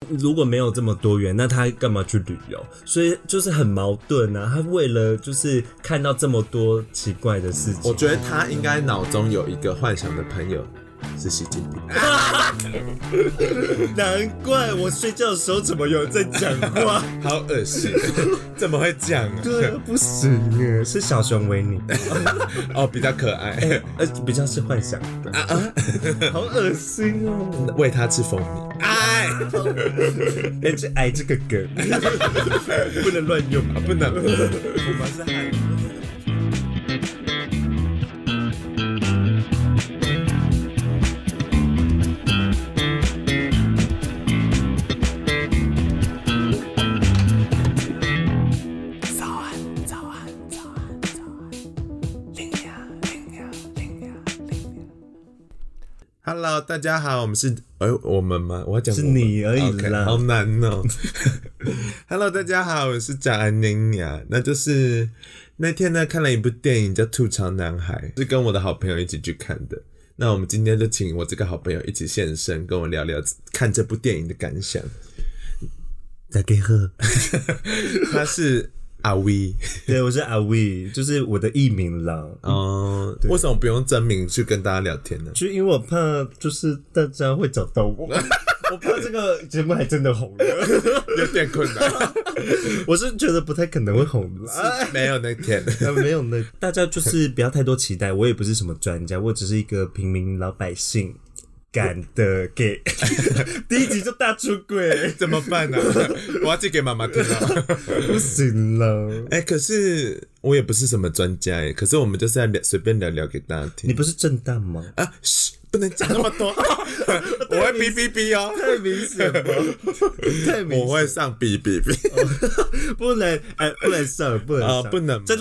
如果没有这么多元，那他干嘛去旅游？所以就是很矛盾啊。他为了就是看到这么多奇怪的事情， 我觉得他应该脑中有一个幻想的朋友是习近平。 难怪我睡觉的时候怎么有人在讲话， 好恶心，怎么会讲啊？ 对，不行耶，是小熊维尼哦，比较可爱， 比较是幻想的好恶心哦， 喂他吃蜂蜜， 这个梗不能乱用啊， 不能，我们是汉语。Hello， 大家好，我们是我们吗？我要讲是你而已啦， okay， 好难哦。Hello， 大家好，我是蒋安宁呀。那就是那天呢，看了一部电影叫《吐槽男孩》，是跟我的好朋友一起去看的。那我们今天就请我这个好朋友一起现身，跟我聊聊看这部电影的感想。 大家好， 他是阿威， 对，我是阿威，就是我的艺名啦。 为什么不用真名去跟大家聊天呢？ 就因为我怕，就是大家会找到我，我怕这个节目还真的红了， 有点困难。 我是觉得不太可能会红了， 没有那天， 没有那，大家就是不要太多期待。我也不是什么专家，我只是一个平民老百姓。敢的给第一集就大出轨怎么办呢？我要寄给妈妈听啊！ 不行了。 可是我也不是什么专家可是我们就是在随便聊聊给大家听。 你不是正大吗？ 不能讲那么多，我会哔哔哔哦， 太明显了，太明显， 我会上哔哔哔， 不能不能上，不能上， 不能， 真的，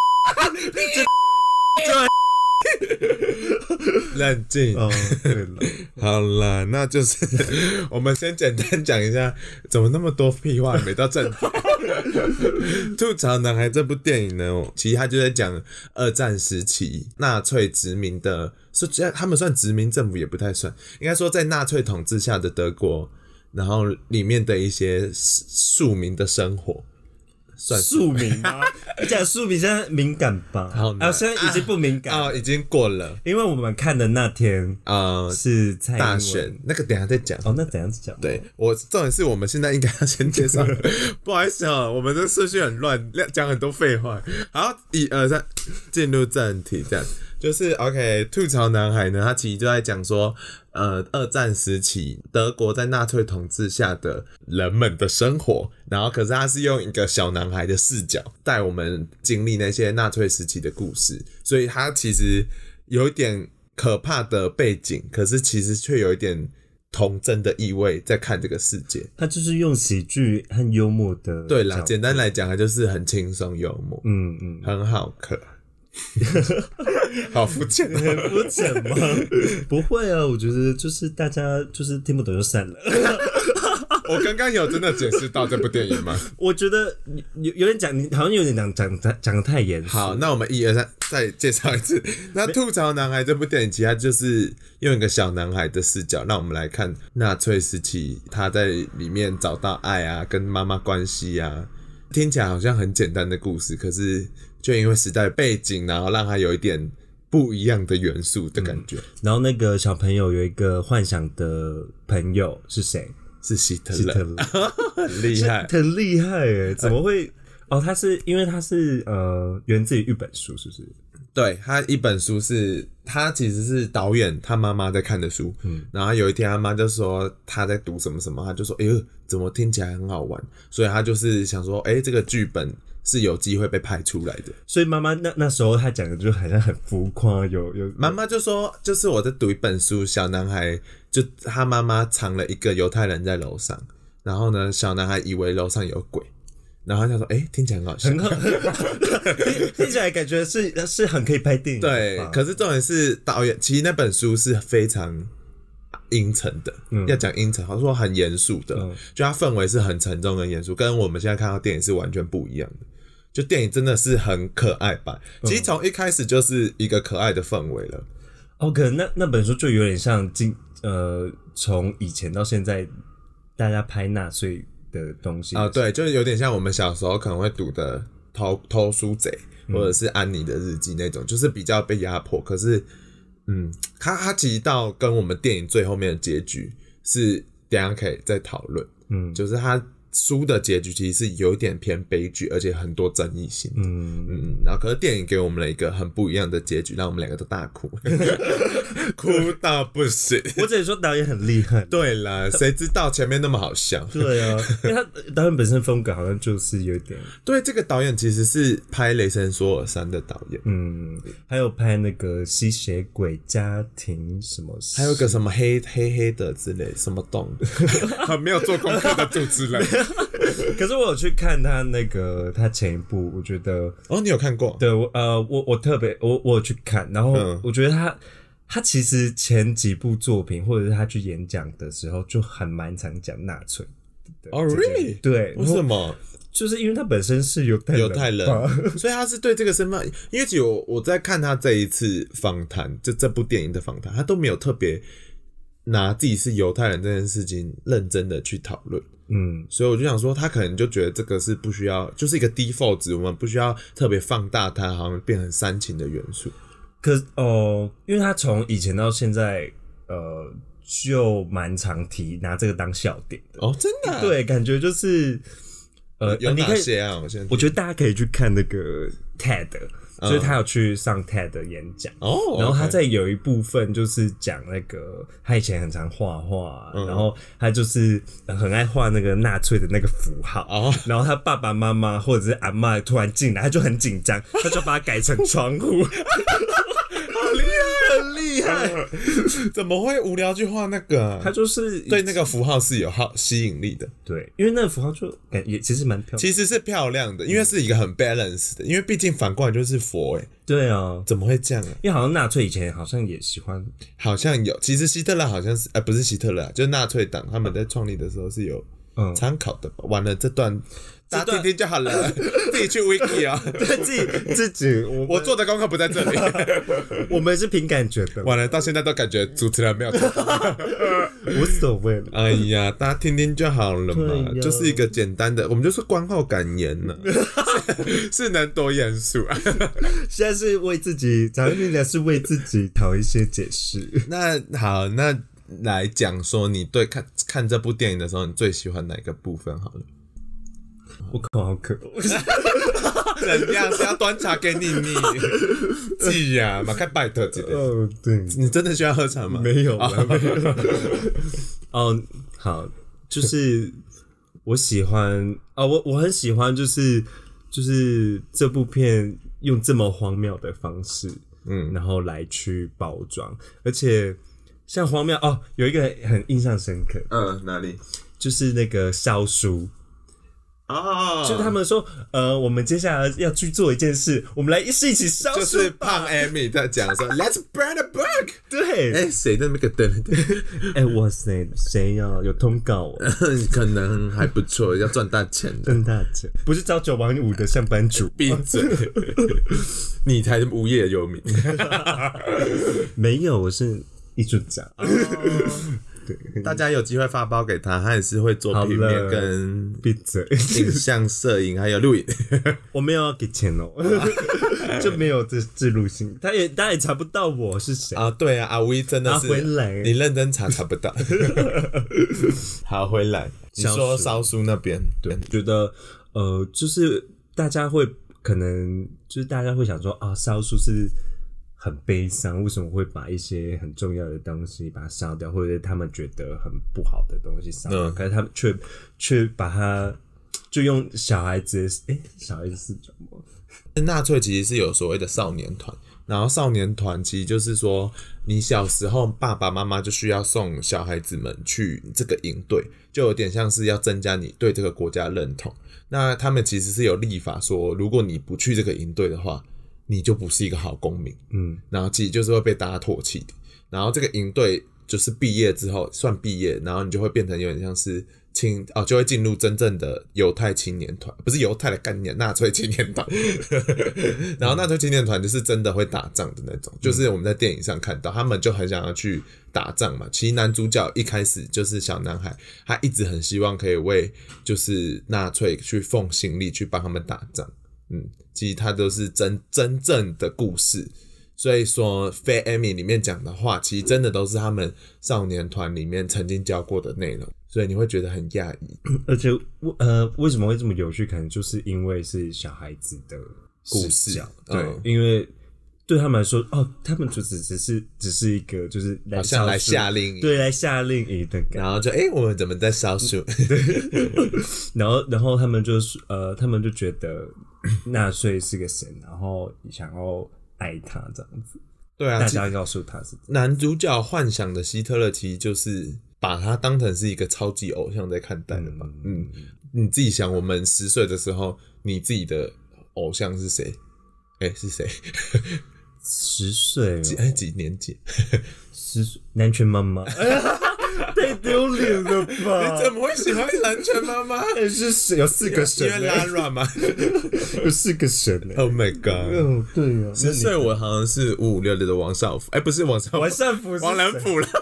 冷静哦，对了， 好啦，那就是我们先简单讲一下，怎么那么多屁话，没到正题。吐槽男孩这部电影呢，其实他就在讲二战时期纳粹殖民的，他们算殖民政府也不太算，应该说在纳粹统治下的德国，然后里面的一些庶民的生活。 庶民吗？你讲庶民现在敏感吧？现在已经不敏感已经过了， 因为我们看的那天是蔡英文大选，那个等一下再讲。 那怎样讲？ 对，重点是我们现在应该要先介绍，不好意思我们的顺序很乱，讲很多废话。好，1、2、3，进入正题，这样。就是 OK， 吐槽男孩呢，他其实就在讲说，二战时期德国在纳粹统治下的人们的生活，然后可是他是用一个小男孩的视角带我们经历那些纳粹时期的故事，所以他其实有一点可怕的背景，可是其实却有一点童真的意味在看这个世界。 他就是用喜剧和幽默的， 对啦，简单来讲，他就是很轻松幽默，很好看。好肤浅， 很肤浅吗？不会啊，我觉得就是大家就是听不懂就散了。 我刚刚有真的解释到这部电影吗？ 我觉得有点讲，你好像有点讲得太严肃。 好，那我们1、2、3再介绍一次。那吐槽男孩这部电影，其实它就是用一个小男孩的视角，让我们来看纳粹时期他在里面找到爱啊，跟妈妈关系啊，听起来好像很简单的故事，可是就因为时代背景，然后让他有一点不一样的元素的感觉。 然后那个小朋友有一个幻想的朋友是谁？ 是希特勒，很厉害， 很厉害耶！怎么会？他是因为他是源自于一本书，是不是？ 对，他一本书是他其实是导演他妈妈在看的书，然后有一天他妈就说他在读什么什么，他就说怎么听起来很好玩，所以他就是想说这个剧本是有机会被拍出来的。 所以妈妈那时候他讲的就好像很浮夸，有妈妈就说就是我在读一本书，小男孩就他妈妈藏了一个犹太人在楼上，然后呢小男孩以为楼上有鬼，然后他就说听起来很好笑， 听起来感觉是很可以拍电影的。 对，可是重点是导演其实那本书是非常阴沉的，要讲阴沉，他说很严肃的，就它氛围是很沉重跟严肃，跟我们现在看到电影是完全不一样的。就电影真的是很可爱吧，其实从一开始就是一个可爱的氛围了。 可能那本书就有点像从以前到现在大家拍纳粹的东西啊，对，就是有点像我们小时候可能会读的偷书贼，或者是安妮的日记那种，就是比较被压迫。可是，他其实到跟我们电影最后面的结局是等一下可以再讨论。就是他书的结局其实是有一点偏悲剧，而且很多争议性的。然后可是电影给我们了一个很不一样的结局，让我们两个都大哭，哭到不行。 我只能说导演很厉害。 对啦，谁知道前面那么好笑？ 对啊，因为他导演本身风格好像就是有点。 对，这个导演其实是拍《雷神索尔3》的导演， 还有拍那个吸血鬼家庭什么， 还有个什么黑的之类什么洞，很没有做功课的主持人。 可是我有去看他那个他前一部，我觉得你有看过？ 对，我特别我有去看，然后我觉得他其实前几部作品或者是他去演讲的时候就很蛮常讲纳粹。 really？ 对， 为什么？ 就是因为他本身是犹太人， 所以他是对这个身份，因为其实我在看他这一次访谈，就这部电影的访谈，他都没有特别拿自己是犹太人这件事情认真的去讨论。所以我就想说，他可能就觉得这个是不需要，就是一个 default 值，我们不需要特别放大它，好像变成煽情的元素。 可是因为他从以前到现在，就蛮常提拿这个当笑点的。 真的啊？ 对，感觉就是有哪些啊？ 我觉得大家可以去看那个 TED。就是他有去上 TED 的演讲，然后他在有一部分就是讲那个他以前很常画画，然后他就是很爱画那个纳粹的那个符号，然后他爸爸妈妈或者是阿嬷突然进来，他就很紧张，他就把它改成窗户。 好厉害，很厉害！怎么会无聊去画那个啊？ 他就是对那个符号是有吸引力的。 对，因为那个符号就也其实蛮漂亮， 其实是漂亮的，因为是一个很 balance 的，因为毕竟反过来就是佛对啊， 怎么会这样啊？ 因为好像纳粹以前好像也喜欢， 好像有。其实希特勒好像是不是希特勒啊，就是纳粹党他们在创立的时候是有参考的吧。完了这段。大家听听就好了，自己去 wiki 啊， 对，自己我做的功课不在这里， 我们是凭感觉的。 完了，到现在都感觉主持人没有做功课， 无所谓了。 哎呀，大家听听就好了嘛，就是一个简单的，我们就是观后感言呢，是能多严肃啊？ 现在是为自己，咱们俩是为自己讨一些解释。 那好，那来讲说，你对看这部电影的时候，你最喜欢哪个部分？好了。 我口好渴， 怎样？是要端茶给你？记呀，马开拜特姐。 对， 你真的需要喝茶吗？ 没有了，没有。好，就是我喜欢我很喜欢，就是这部片用这么荒谬的方式，然后来去包装，而且像荒谬有一个很印象深刻， 哪里？ 就是那个烧书。就是他们说，我们接下来要去做一件事，我们来一起烧书吧。 就是胖 Amy 在讲说 ，Let's burn a book。 对， 谁在那个灯？ 哇塞，谁呀？有通告可能还不错，要赚大钱的。 赚大钱，不是朝9晚5的上班族。 闭嘴！你才无业游民。 没有，我是艺术家。 对，大家有机会发包给他，他也是会做平面跟闭嘴影像摄影还有录影。 我没有要给钱哦，就没有置入性，大家也查不到我是谁啊。对啊，阿威真的是， 回来你认真查不到。好，回来，你说烧书那边， 对，觉得就是大家会可能就是大家会想说烧书是。很悲伤，为什么会把一些很重要的东西把它烧掉，或者是他们觉得很不好的东西烧掉，可是他们却把它就用小孩子小孩子是什么？ 纳粹其实是有所谓的少年团，然后少年团其实就是说，你小时候爸爸妈妈就需要送小孩子们去这个营队，就有点像是要增加你对这个国家认同。那他们其实是有立法说，如果你不去这个营队的话，你就不是一个好公民，然后其实就是会被大家唾弃的。然后这个营队就是毕业之后算毕业，然后你就会变成有点像是就会进入真正的犹太青年团，不是犹太的概念，纳粹青年团。然后纳粹青年团就是真的会打仗的那种，就是我们在电影上看到，他们就很想要去打仗嘛。其实男主角一开始就是小男孩，他一直很希望可以为就是纳粹去奉心力去帮他们打仗。其实他都是真正的故事。所以说 Fat Amy 里面讲的话，其实真的都是他们少年团里面曾经教过的内容，所以你会觉得很讶异。 而且为什么会这么有趣？可能就是因为是小孩子的故事，对，因为对他们来说，他们就只是一个就是好像来夏令营， 对，来夏令营的感觉。 然后就我们怎么在烧书？ 然后他们就觉得纳粹是个神，然后想要爱他这样子。 对啊， 大家告诉他是男主角幻想的希特勒，其实就是把他当成是一个超级偶像在看待的吧。你自己想，我们10岁的时候，你自己的偶像是谁？是谁 ？10岁几年级 ？10岁，南拳妈妈。太丢脸了吧！ 你怎么会喜欢南拳妈妈？ 是有4个神， 因为 Lara 吗？ 有4个神。 Oh my god！ 对啊 ，10岁我好像是5566的王少辅，不是王少辅， 王善福， 王仁甫了。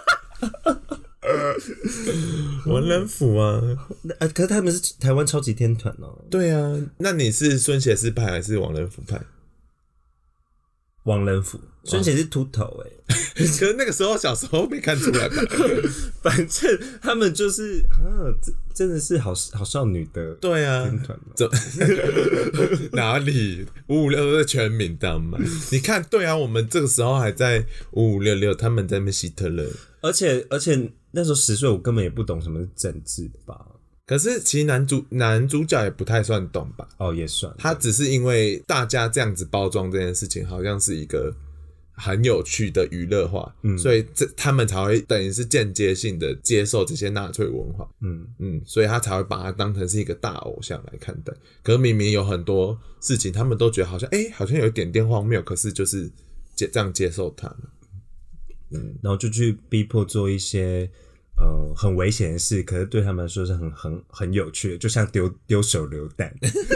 王仁甫啊， 可是他们是台湾超级天团哦。 对啊，那你是孙协志派还是王仁甫派？ 王仁甫，孙协是秃头可是那个时候小时候没看出来吧？ 反正他们就是真的是好少女的对啊天团哪里556是全民当嘛？你看，对啊，我们这个时候还在5566，他们在那边希特勒， 而且那时候10岁，我根本也不懂什么是政治吧。 可是其实男主角也不太算懂吧？ 也算， 他只是因为大家这样子包装这件事情，好像是一个很有趣的娱乐化，所以他们才会等于是间接性的接受这些纳粹文化，所以他才会把它当成是一个大偶像来看待。可是明明有很多事情，他们都觉得好像有一点点荒谬，可是就是这样接受它了， 然后就去逼迫做一些很危险的事，可是对他们来说是很有趣的，就像丢手榴弹。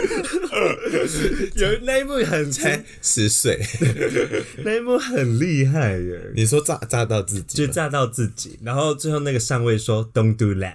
有那一幕才10岁， 那一幕很厉害耶！ 你说炸到自己， 就炸到自己，然后最后那个上尉说 "Don't do that"，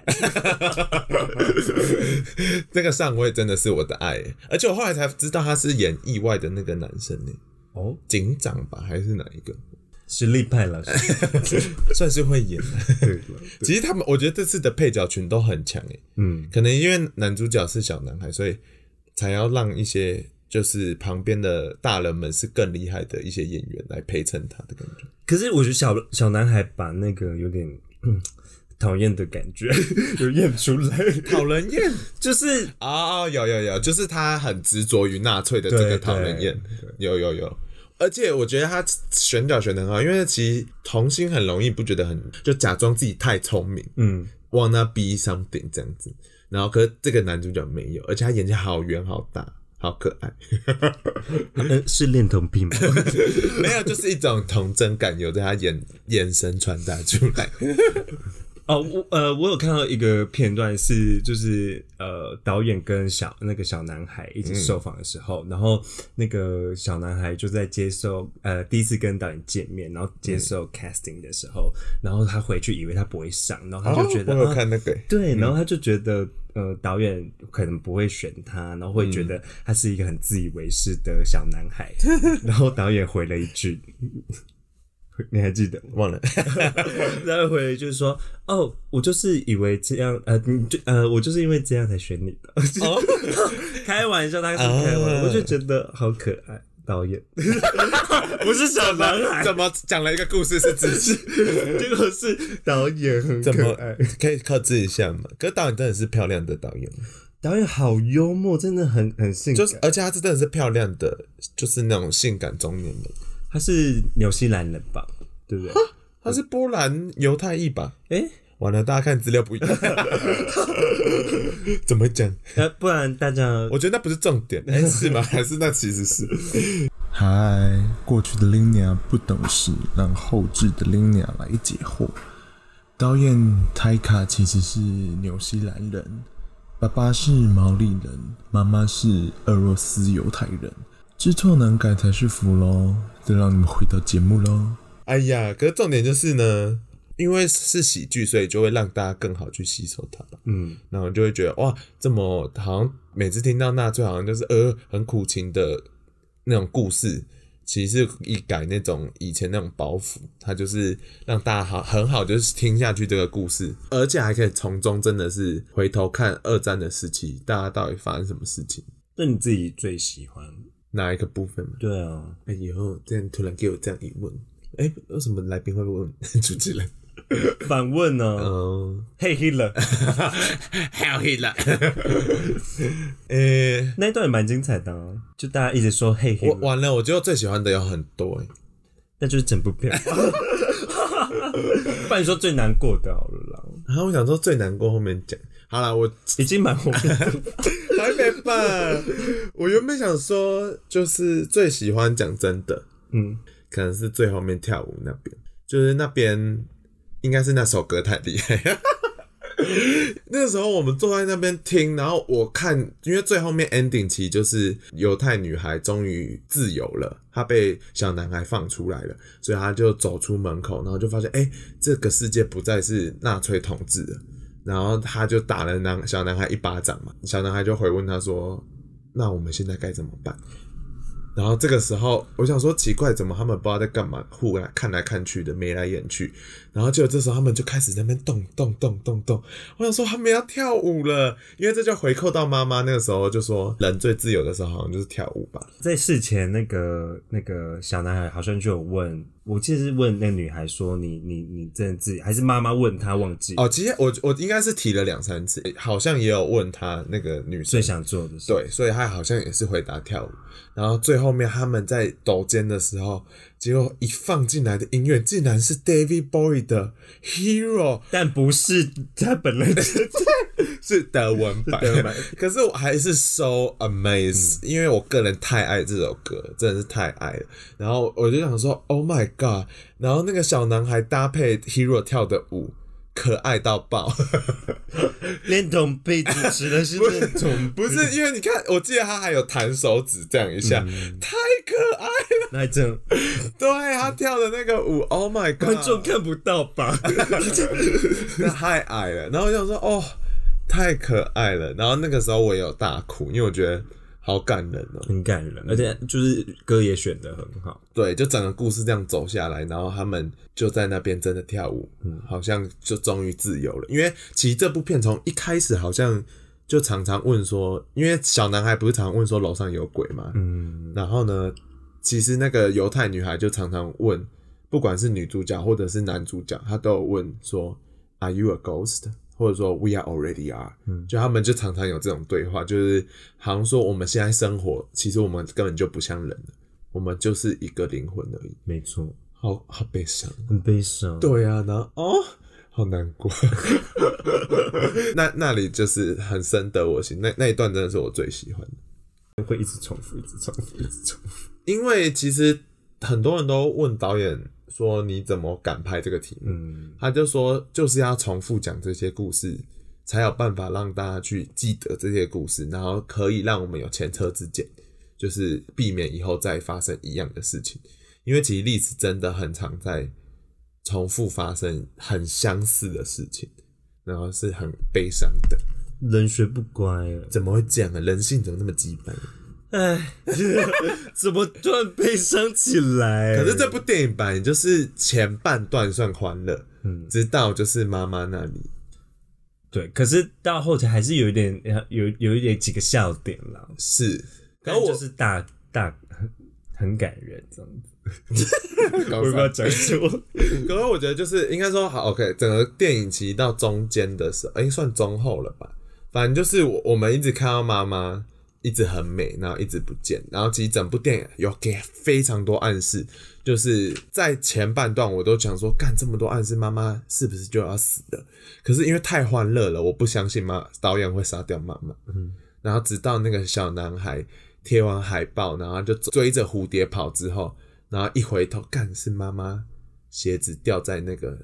那个上尉真的是我的爱耶，而且我后来才知道他是演意外的那个男生耶，警长吧，还是哪一个？ 实力派了， 算是会演的。其实我觉得这次的配角群都很强耶，可能因为男主角是小男孩，所以才要让一些就是旁边的大人们是更厉害的一些演员来陪衬他的感觉。 可是我觉得小男孩把那个有点讨厌的感觉有演出来， 讨人厌就是有，就是他很执着于纳粹的这个讨人厌，有。而且我觉得他选角选得很好，因为其实童星很容易不觉得就假装自己太聪明，wanna be something 这样子。然后可是这个男主角没有，而且他眼睛好圆好大，好可爱。 是恋童癖吗？ 没有，就是一种童真感由在他眼神传达出来。 我有看到一个片段是，就是导演跟那个小男孩一起受访的时候，然后那个小男孩就在接受第一次跟导演见面，然后接受 casting 的时候，然后他回去以为他不会上，然后他就觉得我有看那个对，然后他就觉得导演可能不会选他，然后会觉得他是一个很自以为是的小男孩，然后导演回了一句。你还记得吗？ 忘了。 然后回来就是说，我就是以为这样，我就是因为这样才选你的。开玩笑，他是开玩笑，我就觉得好可爱。导演不是小男孩， 怎么讲了一个故事是自己， 结果是导演很可爱， 可以克制一下嘛？可是导演真的是漂亮的导演， 导演好幽默，真的很性感， 而且他真的是漂亮的，就是那种性感中年人。 他是纽西兰人吧？对不对？ 他是波兰犹太裔吧？完了，大家看资料不一样，怎么讲？ 不然大家， 我觉得那不是重点，是吗？还是那其实是？ 嗨，过去的 Linia 不懂事，让后置的 Linia 来解惑。 导演泰卡其实是纽西兰人，爸爸是毛利人，妈妈是俄罗斯犹太人。知错难改才是福咯，再让你们回到节目咯。哎呀，可是重点就是呢，因为是喜剧，所以就会让大家更好去吸收它吧。然后就会觉得哇，这么好像每次听到纳粹好像就是很苦情的那种故事。其实是一改那种以前那种包袱，它就是让大家很好就是听下去这个故事，而且还可以从中真的是回头看二战的时期，大家到底发生什么事情。 那你自己最喜欢哪一个部分？ 对啊， 以后这样突然给我这样一问，为什么来宾会问主持人？ 反问呢？Hey Hitler，Hell Hitler 那一段也蛮精彩的啊，就大家一直说 Hey Hitler。 完了，我觉得我最喜欢的有很多那就是整部片。不然你说最难过的好了啦。 然后我想说最难过后面讲。好啦，我已经蛮后面的， 还没吧？我原本想说就是最喜欢讲真的，可能是最后面跳舞那边，就是那边。应该是那首歌太厉害那时候我们坐在那边听，然后我看，因为最后面 ending 其实就是犹太女孩终于自由了，她被小男孩放出来了，所以她就走出门口，然后就发现这个世界不再是纳粹统治了，然后她就打了小男孩一巴掌嘛，小男孩就回问她说那我们现在该怎么办？然后这个时候我想说奇怪，怎么他们不知道在干嘛，看来看去的，眉来眼去，然后结果这时候他们就开始在那边动，我想说他们要跳舞了，因为这就回扣到妈妈那个时候就说人最自由的时候好像就是跳舞吧。 在事前那个小男孩好像就有问，我记得是问那个女孩说你真的自由，还是妈妈问他忘记其实我应该是提了2-3次，好像也有问他那个女生最想做的事， 对，所以他好像也是回答跳舞。然后最后面他们在抖肩的时候，结果一放进来的音乐竟然是 David Bowie 的 Hero， 但不是他本来是德文版可是我还是 so amazed，因为我个人太爱这首歌，真的是太爱了。然后我就想说 Oh my god， 然后那个小男孩搭配 Hero 跳的舞可爱到爆恋童癖主持的是恋童癖不是因为你看我记得他还有弹手指这样一下，太可爱了， 那这样对，他跳的那个舞 Oh my god， 观众看不到吧太矮了，然后我想说太可爱了，然后那个时候我也有大哭，因为我觉得好感人很感人，而且就是歌也选得很好， 对，就整个故事这样走下来，然后他们就在那边真的跳舞，好像就终于自由了。因为其实这部片从一开始好像就常常问说，因为小男孩不是常常问说楼上有鬼吗？然后呢，其实那个犹太女孩就常常问，不管是女主角或者是男主角，他都有问说 Are you a ghost？或者说 We are already are，就他们就常常有这种对话，就是好像说我们现在生活，其实我们根本就不像人了，我们就是一个灵魂而已。 没错， 好悲伤， 很悲伤。 对啊，然后好难过。那里就是很深得我心，那一段真的是我最喜欢的， 会一直重复， 因为其实很多人都问导演说你怎么敢拍这个题目，他就说就是要重复讲这些故事，才有办法让大家去记得这些故事，然后可以让我们有前车之鉴，就是避免以后再发生一样的事情。因为其实历史真的很常在重复发生很相似的事情，然后是很悲伤的。 人学不乖啊， 怎么会这样啊？人性怎么那么鸡掰？ 怎么突然悲伤起来？ 可是这部电影版就是前半段算欢乐，直到就是妈妈那里， 对，可是到后期还是有一点几个笑点啦， 是， 然后就是很感人这样子。我不要讲错， 可是我觉得就是应该说好 ，OK， 整个电影其实到中间的时候，算中后了吧，反正就是我们一直看到妈妈一直很美，然后一直不见，然后其实整部电影有给非常多暗示，就是在前半段我都想说，干这么多暗示，妈妈是不是就要死了？可是因为太欢乐了，我不相信导演会杀掉妈妈。然后直到那个小男孩贴完海报，然后就追着蝴蝶跑之后，然后一回头，干是妈妈鞋子掉在那个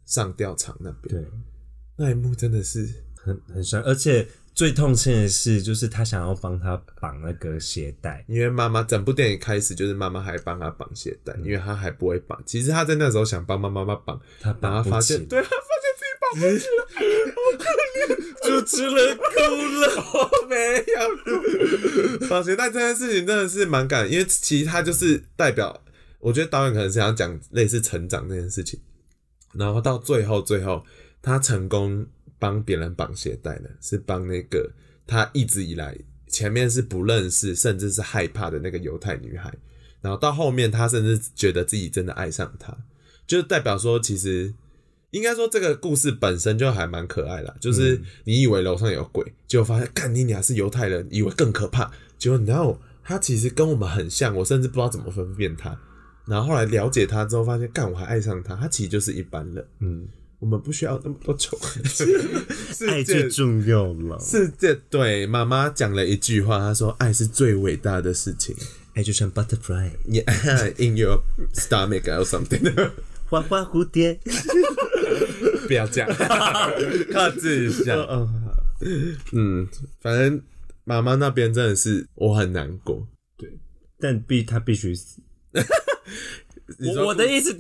上吊场那边。 对， 那一幕真的是很伤，而且最痛心的是，就是他想要帮他绑那个鞋带， 因为妈妈整部电影开始就是妈妈还帮他绑鞋带，因为他还不会绑。其实他在那时候想帮妈妈绑， 他绑不起， 对，他发现自己绑不起了，好可怜， 主持人哭了， 我没有。绑鞋带这件事情真的是蛮感人，因为其实他就是代表，我觉得导演可能是想讲类似成长这件事情，然后到最后他成功帮别人绑鞋带的，是帮那个他一直以来前面是不认识甚至是害怕的那个犹太女孩，然后到后面他甚至觉得自己真的爱上她，就是代表说其实应该说这个故事本身就还蛮可爱的，就是你以为楼上有鬼，结果发现干你娘是犹太人，以为更可怕，结果你知道他其实跟我们很像，我甚至不知道怎么分辨他，然后后来了解他之后发现干我还爱上他其实就是一般人。我们不需要那么多仇恨， 爱最重要了。 世界对妈妈讲了一句话，她说：“爱是最伟大的事情， 爱就像 butterfly in your stomach or something。” 花花蝴蝶， 不要这样，克制一下。反正妈妈那边真的是我很难过， 对，但他必须死。我的意思，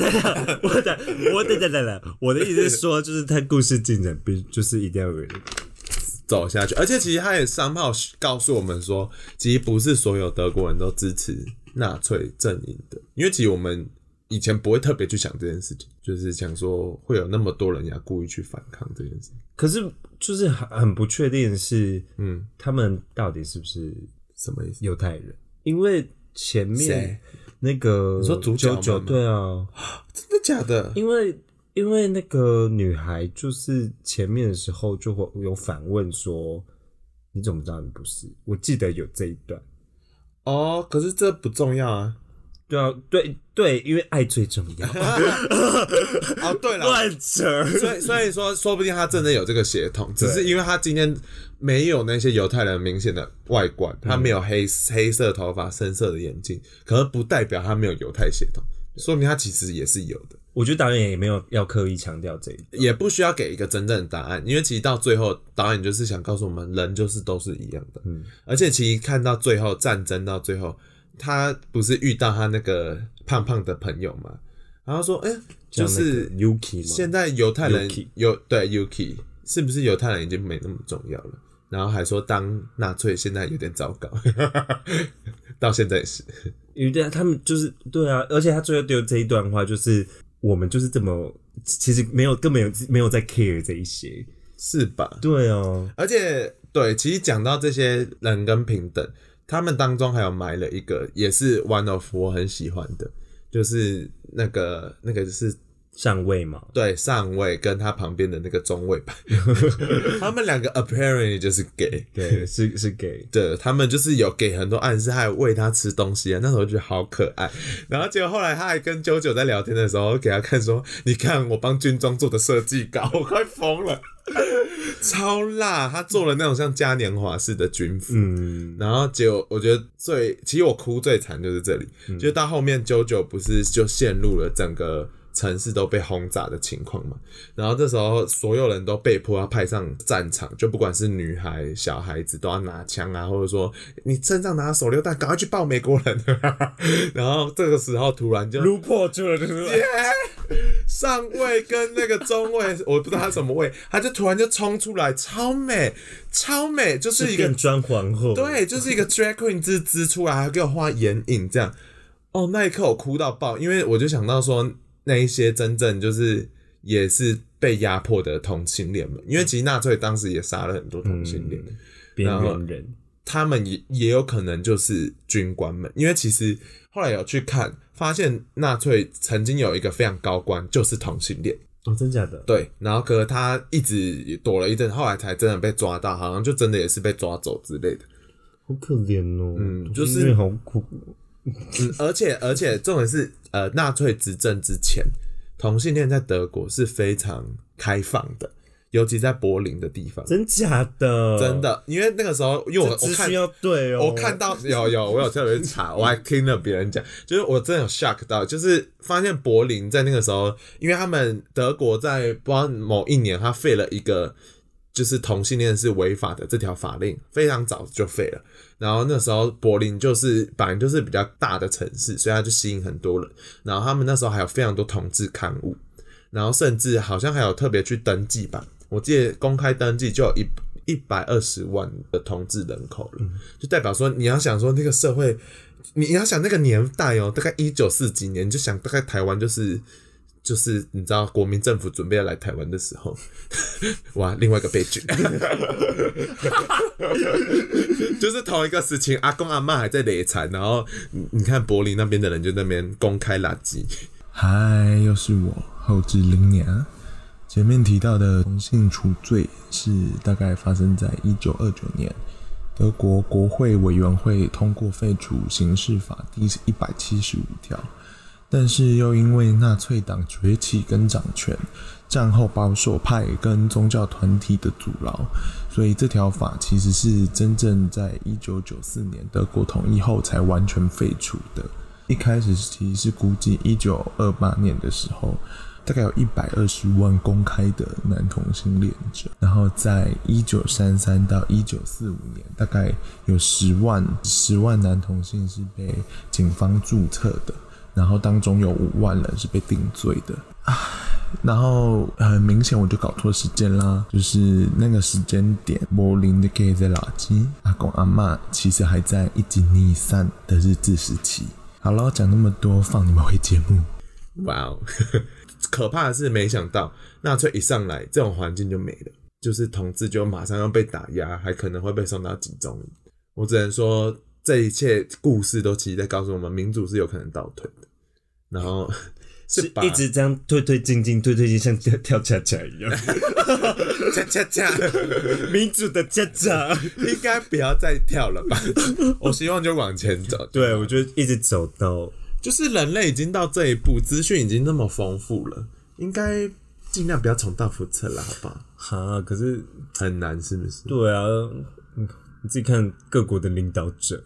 我的意思是说，就是他故事进展就是一定要有人走下去，而且其实他也商炮告诉我们说，其实不是所有德国人都支持纳粹阵营的，因为其实我们以前不会特别去想这件事情，就是想说会有那么多人要故意去反抗这件事情。 可是就是很不确定的是，他们到底是不是什么意思？ 犹太人？因为前面那个你说主角吗？ 对啊， 真的假的？ 因为那个女孩就是前面的时候就会有反问说，你怎么知道你不是？我记得有这一段。 哦，可是这不重要啊。 对啊，对，因为爱最重要。 哦，对了， 乱扯。 所以说不定他真的有这个血统，只是因为他今天没有那些犹太人明显的外观，他没有黑色头发、深色的眼睛，可是不代表他没有犹太血统，说明他其实也是有的。 我觉得导演也没有要刻意强调这一点， 也不需要给一个真正的答案，因为其实到最后导演就是想告诉我们，人就是都是一样的。而且其实看到最后战争到最后。他不是遇到他那个胖胖的朋友嘛？然后说，就是 Yuki 吗？ 现在犹太人对 Yuki 是不是犹太人已经没那么重要了？然后还说当纳粹现在有点糟糕，到现在也是。 因为他们就是对啊，而且他最后丢这一段话，就是我们就是这么，其实根本没有在 care 这一些， 是吧？ 对啊， 而且对，其实讲到这些人跟平等。他们当中还有埋了一个，也是 one of 我很喜欢的，就是那个是上尉嘛， 对，上尉跟他旁边的那个中尉吧，他们两个 apparently 就是 gay， 对，是 gay， 对，他们就是有给很多暗示，还有喂他吃东西啊，那时候觉得好可爱。然后结果后来他还跟啾啾在聊天的时候，给他看说，你看我帮军装做的设计稿，我快疯了。超辣，他做了那种像嘉年华式的军服，然后结果我觉得其实我哭最惨就是这里，就到后面啾不是就陷入了整个城市都被轰炸的情况嘛，然后这时候所有人都被迫要派上战场，就不管是女孩小孩子都要拿枪啊，或者说你身上拿手榴弹赶快去爆美国人然后这个时候突然就撸破住了，对不对？ 上尉跟那个中尉，我不知道他什么尉，他就突然就冲出来，超美，就是一个变装皇后， 对，就是一个 drag queen 之出来，还给我画眼影这样。哦，那一刻我哭到爆，因为我就想到说，那一些真正就是也是被压迫的同性恋们，因为其实纳粹当时也杀了很多同性恋， 边缘人， 他们也有可能就是军官们，因为其实后来有去看。发现纳粹曾经有一个非常高官就是同性恋哦，真假的？ 对，然后可是他一直躲了一阵，后来才真的被抓到，好像就真的也是被抓走之类的。 好可怜哦， 就是好苦。 而且重点是纳粹执政之前，同性恋在德国是非常开放的， 尤其在柏林的地方。 真假的？ 真的，因为那个时候，因为我看要对哦， 我看到我有特别查，我还听了别人讲，就是我真的有 shock 到，就是发现柏林在那个时候，因为他们德国在不知道某一年，他废了一个就是同性恋是违法的这条法令，非常早就废了。然后那时候柏林本来就是比较大的城市，所以它就吸引很多人。然后他们那时候还有非常多同志刊物，然后甚至好像还有特别去登记吧。我记得公开登记就有120万的同志人口了，就代表说你要想说那个社会，你要想那个年代哦，大概1940几年，你就想大概台湾就是你知道国民政府准备要来台湾的时候，哇，另外一个悲剧，就是同一个事情，阿公阿嬷还在累残，然后你看柏林那边的人就在那边公开垃圾。 嗨，又是我后置林娘。前面提到的同性除罪是大概发生在1929年，德国国会委员会通过废除刑事法第175条，但是又因为纳粹党崛起跟掌权，战后保守派跟宗教团体的阻挠，所以这条法其实是真正在1994年德国统一后才完全废除的。一开始其实是估计1928年的时候大概有120万公开的男同性恋者，然后在1933到1945年大概有10万男同性是被警方注册的，然后当中有5万人是被定罪的。然后很明显我就搞错时间啦，就是那个时间点柏林的 gay 在垃圾，阿公阿嬷其实还在1级逆3的日治时期。好了，讲那么多，放你们回节目。 哇哦，可怕的是没想到纳粹一上来这种环境就没了，就是同志就马上要被打压，还可能会被送到集中营。我只能说这一切故事都其实在告诉我们，民主是有可能倒退的，然后是一直这样推进，像跳恰恰一样， 恰恰， 民主的恰恰， 应该不要再跳了吧？我希望就往前走。 对，我觉得一直走到， 就是人类已经到这一步，资讯已经那么丰富了，应该尽量不要重蹈覆辙了，好不好？ 哈，可是很难，是不是？ 对啊，你自己看各国的领导者。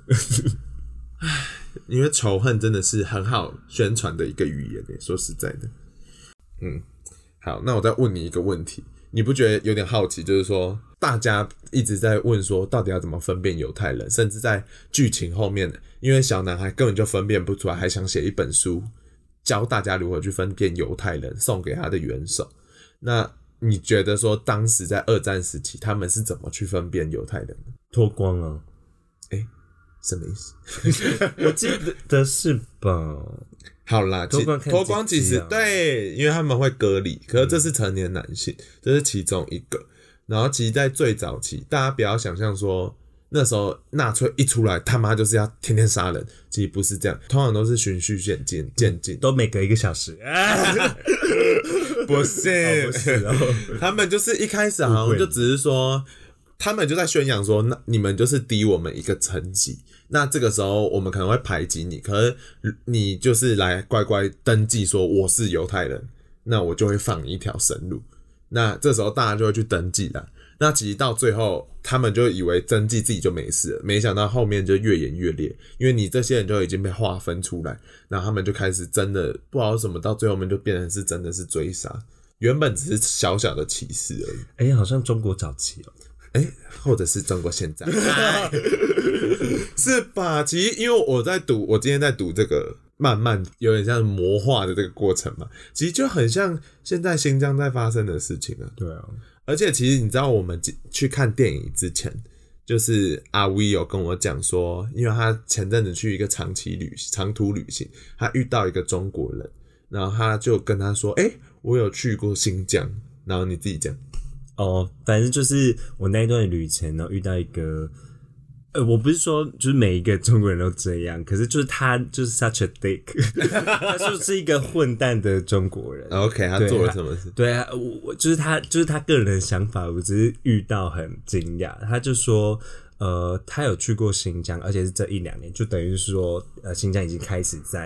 因为仇恨真的是很好宣传的一个语言，说实在的。好，那我再问你一个问题，你不觉得有点好奇？就是说，大家一直在问说，到底要怎么分辨犹太人？甚至在剧情后面，因为小男孩根本就分辨不出来，还想写一本书教大家如何去分辨犹太人，送给他的元首。那你觉得说，当时在二战时期，他们是怎么去分辨犹太人的？ 脱光啊？ 什么意思？ 我记得是吧？ 好啦，脱光其实对，因为他们会割礼，可是这是成年男性，这是其中一个。然后其实在最早期，大家不要想象说那时候纳粹一出来，他妈就是要天天杀人，其实不是这样，通常都是循序渐进， 都每隔1个小时。 不是，他们就是一开始好像就只是说，他们就在宣扬说，那你们就是低我们一个层级。那这个时候我们可能会排挤你，可是你就是来乖乖登记说我是犹太人，那我就会放你一条生路。那这时候大家就会去登记了。那其实到最后，他们就以为登记自己就没事了，没想到后面就越演越烈，因为你这些人就已经被划分出来，然后他们就开始真的不知道什么，到最后面就变成是真的是追杀，原本只是小小的歧视而已。 好像中国早期哦。 或者是中国现在，是吧？其实因为我今天在读这个，慢慢有点像魔化的这个过程嘛，其实就很像现在新疆在发生的事情啊。 对啊， 而且其实你知道，我们去看电影之前，就是阿威有跟我讲说，因为他前阵子去一个长途旅行，他遇到一个中国人，然后他就跟他说：“我有去过新疆。”然后你自己讲。 反正就是我那一段旅程，然后遇到一个，我不是说就是每一个中国人都这样，可是就是他就是 such a dick， 他就是一个混蛋的中国人。 OK， 他做了什么事？ 对啊，我就是他个人的想法，我只是遇到很惊讶。他就说，他有去过新疆，而且是这1-2年，就等于是说，新疆已经开始在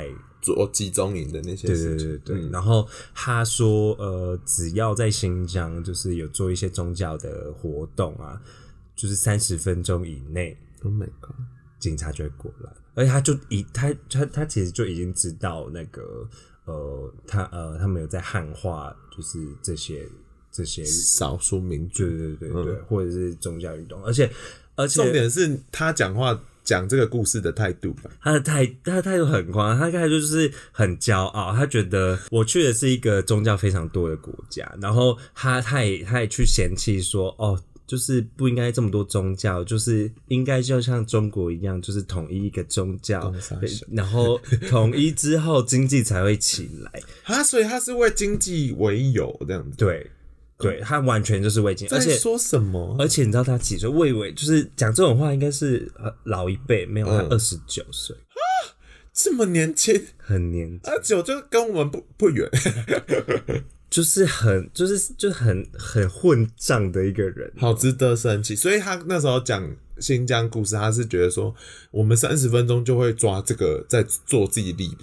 做集中营的那些事情。 对。然后他说，只要在新疆就是有做一些宗教的活动啊，就是30分钟以内 ，Oh my god， 警察就会过来，而且他其实就已经知道那个他们有在汉化，就是这些少数民族， 对，或者是宗教运动，而且重点是他讲这个故事的态度吧， 他的态度很夸张，他态度就是很骄傲，他觉得我去的是一个宗教非常多的国家，然后他也去嫌弃说，就是不应该这么多宗教，就是应该就像中国一样，就是统一一个宗教，然后统一之后经济才会起来。 所以他是为经济为由这样子。 对，他完全就是为经济。而且说什么？ 而且你知道他几岁？我以为就是讲这种话应该是老一辈，没有，他29岁。 这么年轻， 很年轻 ，29就跟我们不远。 就是很混账的一个人， 好值得生气。所以他那时候讲新疆故事，他是觉得说，我们30分钟就会抓这个在做自己力，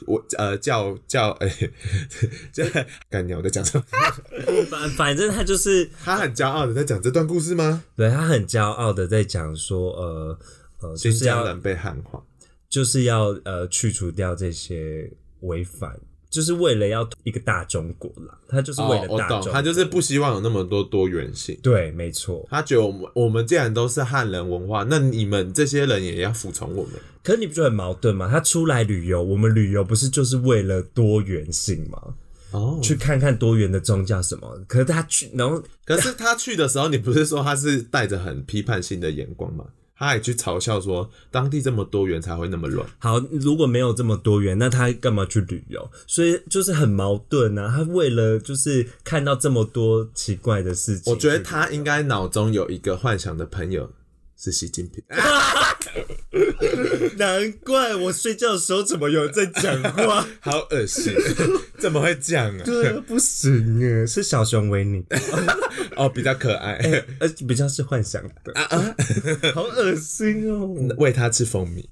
干鸟在讲什么？ 反正他就是他很骄傲的在讲这段故事吗？ 对，他很骄傲的在讲说， 新疆人被汉化， 就是要去除掉这些违反。就是为了要一个大中国啦，他就是为了大中国， 他就是不希望有那么多多元性。 对，没错。 他觉得我们既然都是汉人文化，那你们这些人也要服从我们。 可是你不觉得很矛盾吗？他出来旅游，我们旅游不是就是为了多元性吗？去看看多元的宗教什么。可是他去，然后可是他去的时候，你不是说他是带着很批判性的眼光吗？他还去嘲笑说，当地这么多元才会那么乱。 好，如果没有这么多元，那他干嘛去旅游？所以就是很矛盾啊。他为了就是看到这么多奇怪的事情， 我觉得他应该脑中有一个幻想的朋友是习近平。 难怪我睡觉的时候怎么有人在讲话， 好恶心，怎么会这样啊？ 对啊，不行耶，是小熊维尼。 比较可爱， 比较是幻想的好恶心哦！ 喂他吃蜂蜜，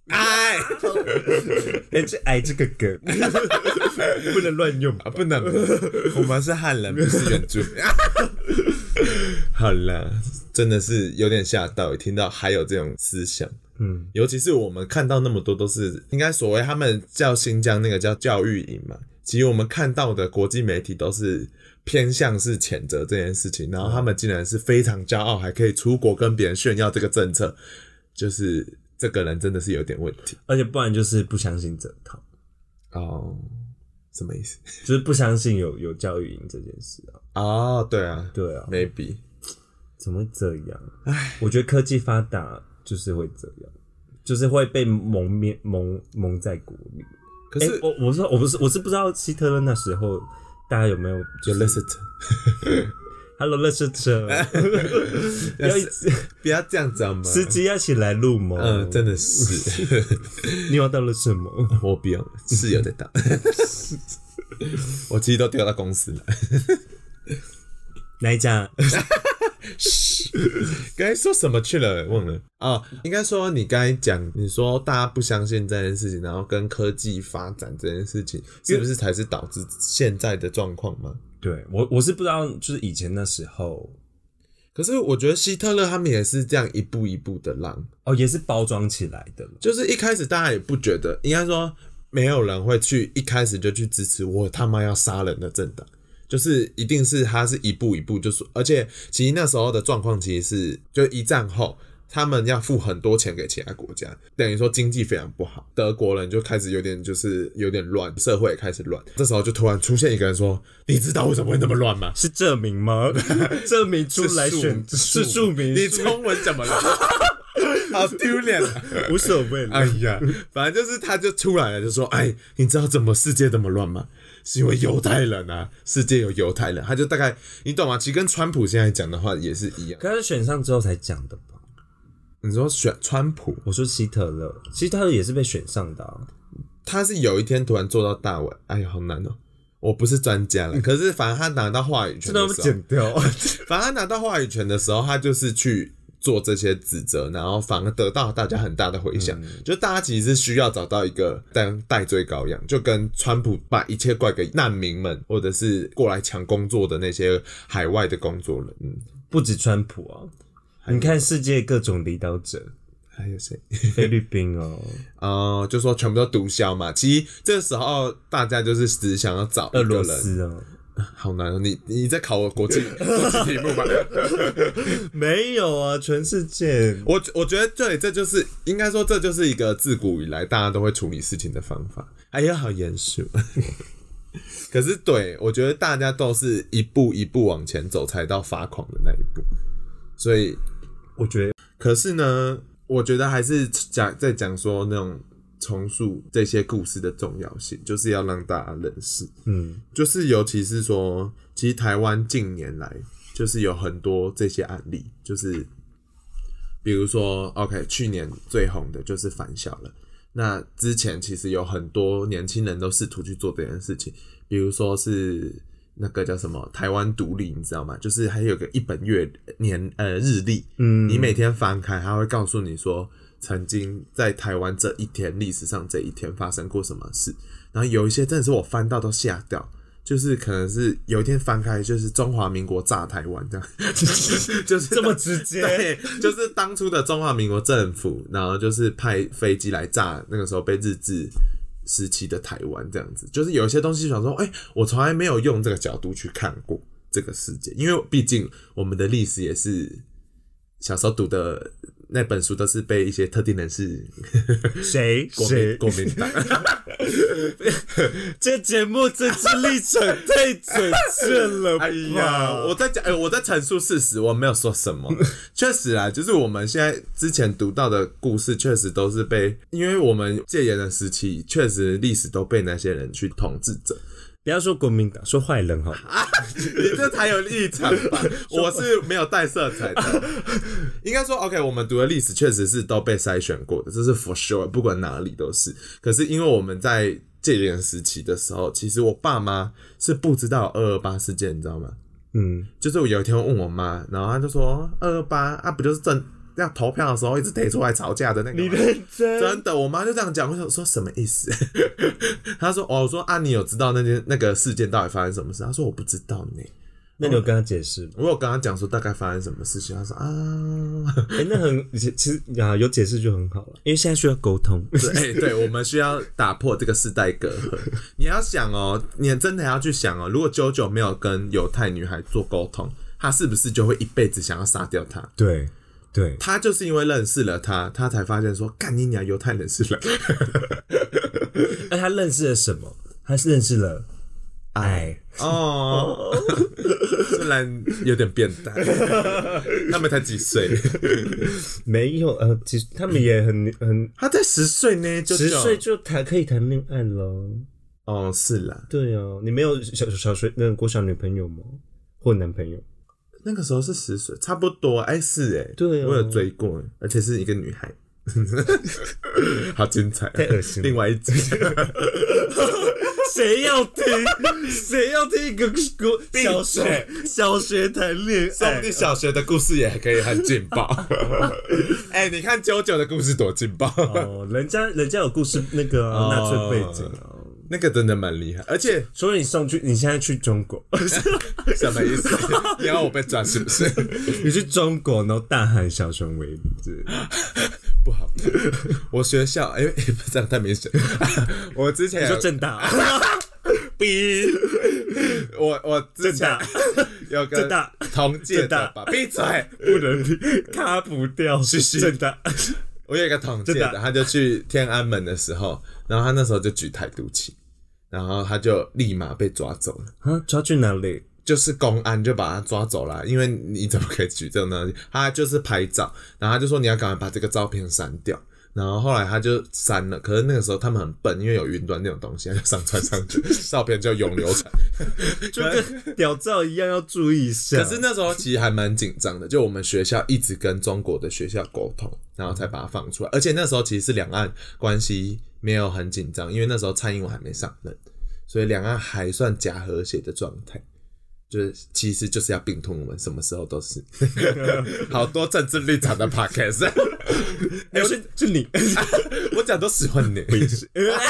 这个梗不能乱用啊，不能，我们是汉人，不是原住民。好啦，真的是有点吓到，听到还有这种思想。尤其是我们看到那么多都是应该所谓他们叫新疆那个叫教育营嘛，其实我们看到的国际媒体都是偏向是谴责这件事情，然后他们竟然是非常骄傲，还可以出国跟别人炫耀这个政策，就是这个人真的是有点问题， 而且不然就是不相信这套。 什么意思？ 就是不相信有教育营这件事啊。 对啊 ，maybe 怎么会这样？我觉得科技发达就是会这样，就是会被蒙在鼓里。可是我是不知道希特勒那时候大家有没有就 Hello 乐色车不要这样子好吗？ 司机要起来录吗？ 真的是。 你要到了什么？ 我不用，室友在倒。我其实都丢到公司了。 哪一家？ 刚才说什么去了？忘了应该说你刚才讲，你说大家不相信这件事情，然后跟科技发展这件事情，是不是才是导致现在的状况吗？ 对，我是不知道，就是以前那时候， 可是我觉得希特勒他们也是这样一步一步的让也是包装起来的， 就是一开始大家也不觉得，应该说没有人会去一开始就去支持我他妈要杀人的政党。就是一定是他是一步一步就是而且其实那时候的状况其实是就一战后他们要付很多钱给其他国家，等于说经济非常不好，德国人就开始有点乱，社会也开始乱，这时候就突然出现一个人说，你知道为什么会那么乱吗？ 是这名吗？这名出来选是庶民， 你中文怎么了？好丢脸啊！ 无所谓了。 哎呀，反正就是他就出来了，就说，你知道怎么世界这么乱吗？是因为犹太人啊，世界有犹太人，他就大概你懂吗？其实跟川普现在讲的话也是一样。 可是选上之后才讲的吧？ 你说选川普？ 我说希特勒也是被选上的他是有一天突然做到大委，哎呀，好难我不是专家了，可是反正他拿到话语权的时候， 真的剪掉。 反正他拿到话语权的时候，他就是去做这些指责，然后反而得到大家很大的回响。就大家其实是需要找到一个代罪羔羊，就跟川普把一切怪给难民们，或者是过来抢工作的那些海外的工作人。 不止川普啊，你看世界各种领导者。 还有谁？ 菲律宾就说全部都毒枭嘛。其实这时候大家就是只想要找一个人。俄罗斯好难哦！你在考我国际题目吗？ 没有啊，全世界。 我觉得对，这就是应该说这就是一个自古以来大家都会处理事情的方法。哎呀，好严肃。可是对，我觉得大家都是一步一步往前走，才到发狂的那一步。所以我觉得， 可是呢，我觉得还是在讲说那种重塑这些故事的重要性，就是要让大家认识。就是尤其是说，其实台湾近年来就是有很多这些案例，就是比如说 OK 去年最红的就是返校了。那之前其实有很多年轻人都试图去做这件事情，比如说是那个叫什么台湾独立，你知道吗？就是还有个一本日历，你每天翻开，它会告诉你说曾经在台湾这一天历史上这一天发生过什么事。然后有一些真的是我翻到都吓掉，就是可能是有一天翻开就是中华民国炸台湾这样，就是这么直接。 对，就是当初的中华民国政府，然后就是派飞机来炸那个时候被日治时期的台湾这样子。就是有一些东西想说，我从来没有用这个角度去看过这个世界，因为毕竟我们的历史也是小时候读的那本书都是被一些特定人士谁国民党这节目政治立场太准确了吧。 哎呀，我在陈述事实，我没有说什么。确实啊，就是我们现在之前读到的故事确实都是因为我们戒严的时期确实历史都被那些人去统治着。 不要说国民党，说坏人好了。 你这才有立场吧？我是没有带色彩的。应该说 OK， 我们读的历史确实是都被筛选过的，这是 for sure， 不管哪里都是。可是因为我们在戒严时期的时候，其实我爸妈是不知道228事件，你知道吗？就是我有一天问我妈，然后她就说228啊，不就是要投票的时候一直提出来吵架的那个？ 你认真？ 真的，我妈就这样讲，我想说什么意思？她说我说啊，你有知道那个事件到底发生什么事？她说我不知道呢。 那你有跟她解释吗？ 我有跟她讲说大概发生什么事情，她说啊， 那其实有解释就很好了，因为现在需要沟通。 对，我们需要打破这个世代隔阂。你要想哦，你真的要去想哦，如果JoJo没有跟犹太女孩做沟通，他是不是就会一辈子想要杀掉她？ 对， 他就是因为认识了他才发现说，干你娘，犹太人是人。 而他认识了什么？他是认识了爱。 虽然有点变态，他们才几岁？ 没有，其实他们也很， 他才10岁呢 ，10岁就可以谈恋爱了。 是啦。对啊，你没有小学那个国小女朋友吗？或男朋友？ 那个时候是10岁，差不多。是对啊， 我有追过，而且是一个女孩。好精彩， 太恶心了。 另外一集。 谁要听一个小学谈恋爱？ 说不定小学的故事也可以很劲爆。你看JoJo的故事多劲爆人家有故事那个纳粹背景那个真的蛮厉害。而且所以你现在去中国， 什么意思？你要我被抓是不是？ 你去中国然后大喊小熊维尼， 不好。我学校不这样太明显。我之前你说政大逼我之前有个同届的吧，闭嘴， 不能卡不掉。政大， 我有一个同届的，他就去天安门的时候，然后他那时候就举台独旗，然后他就立马被抓走了。 抓去哪里？ 就是公安就把他抓走了，因为你怎么可以举这种东西？他就是拍照，然后他就说你要赶快把这个照片删掉。然后后来他就删了，可是那个时候他们很笨，因为有云端那种东西，他就上传上去，照片就永流传， 就跟屌照一样，要注意一下。 可是那时候其实还蛮紧张的，就我们学校一直跟中国的学校沟通，然后才把它放出来。而且那时候其实是两岸关系没有很紧张，因为那时候蔡英文还没上任，所以两岸还算假和谐的状态。 就是其实就是要并吞我们，什么时候都是。好多政治立场的 podcast， 就你， 我讲都使唤你，我也是。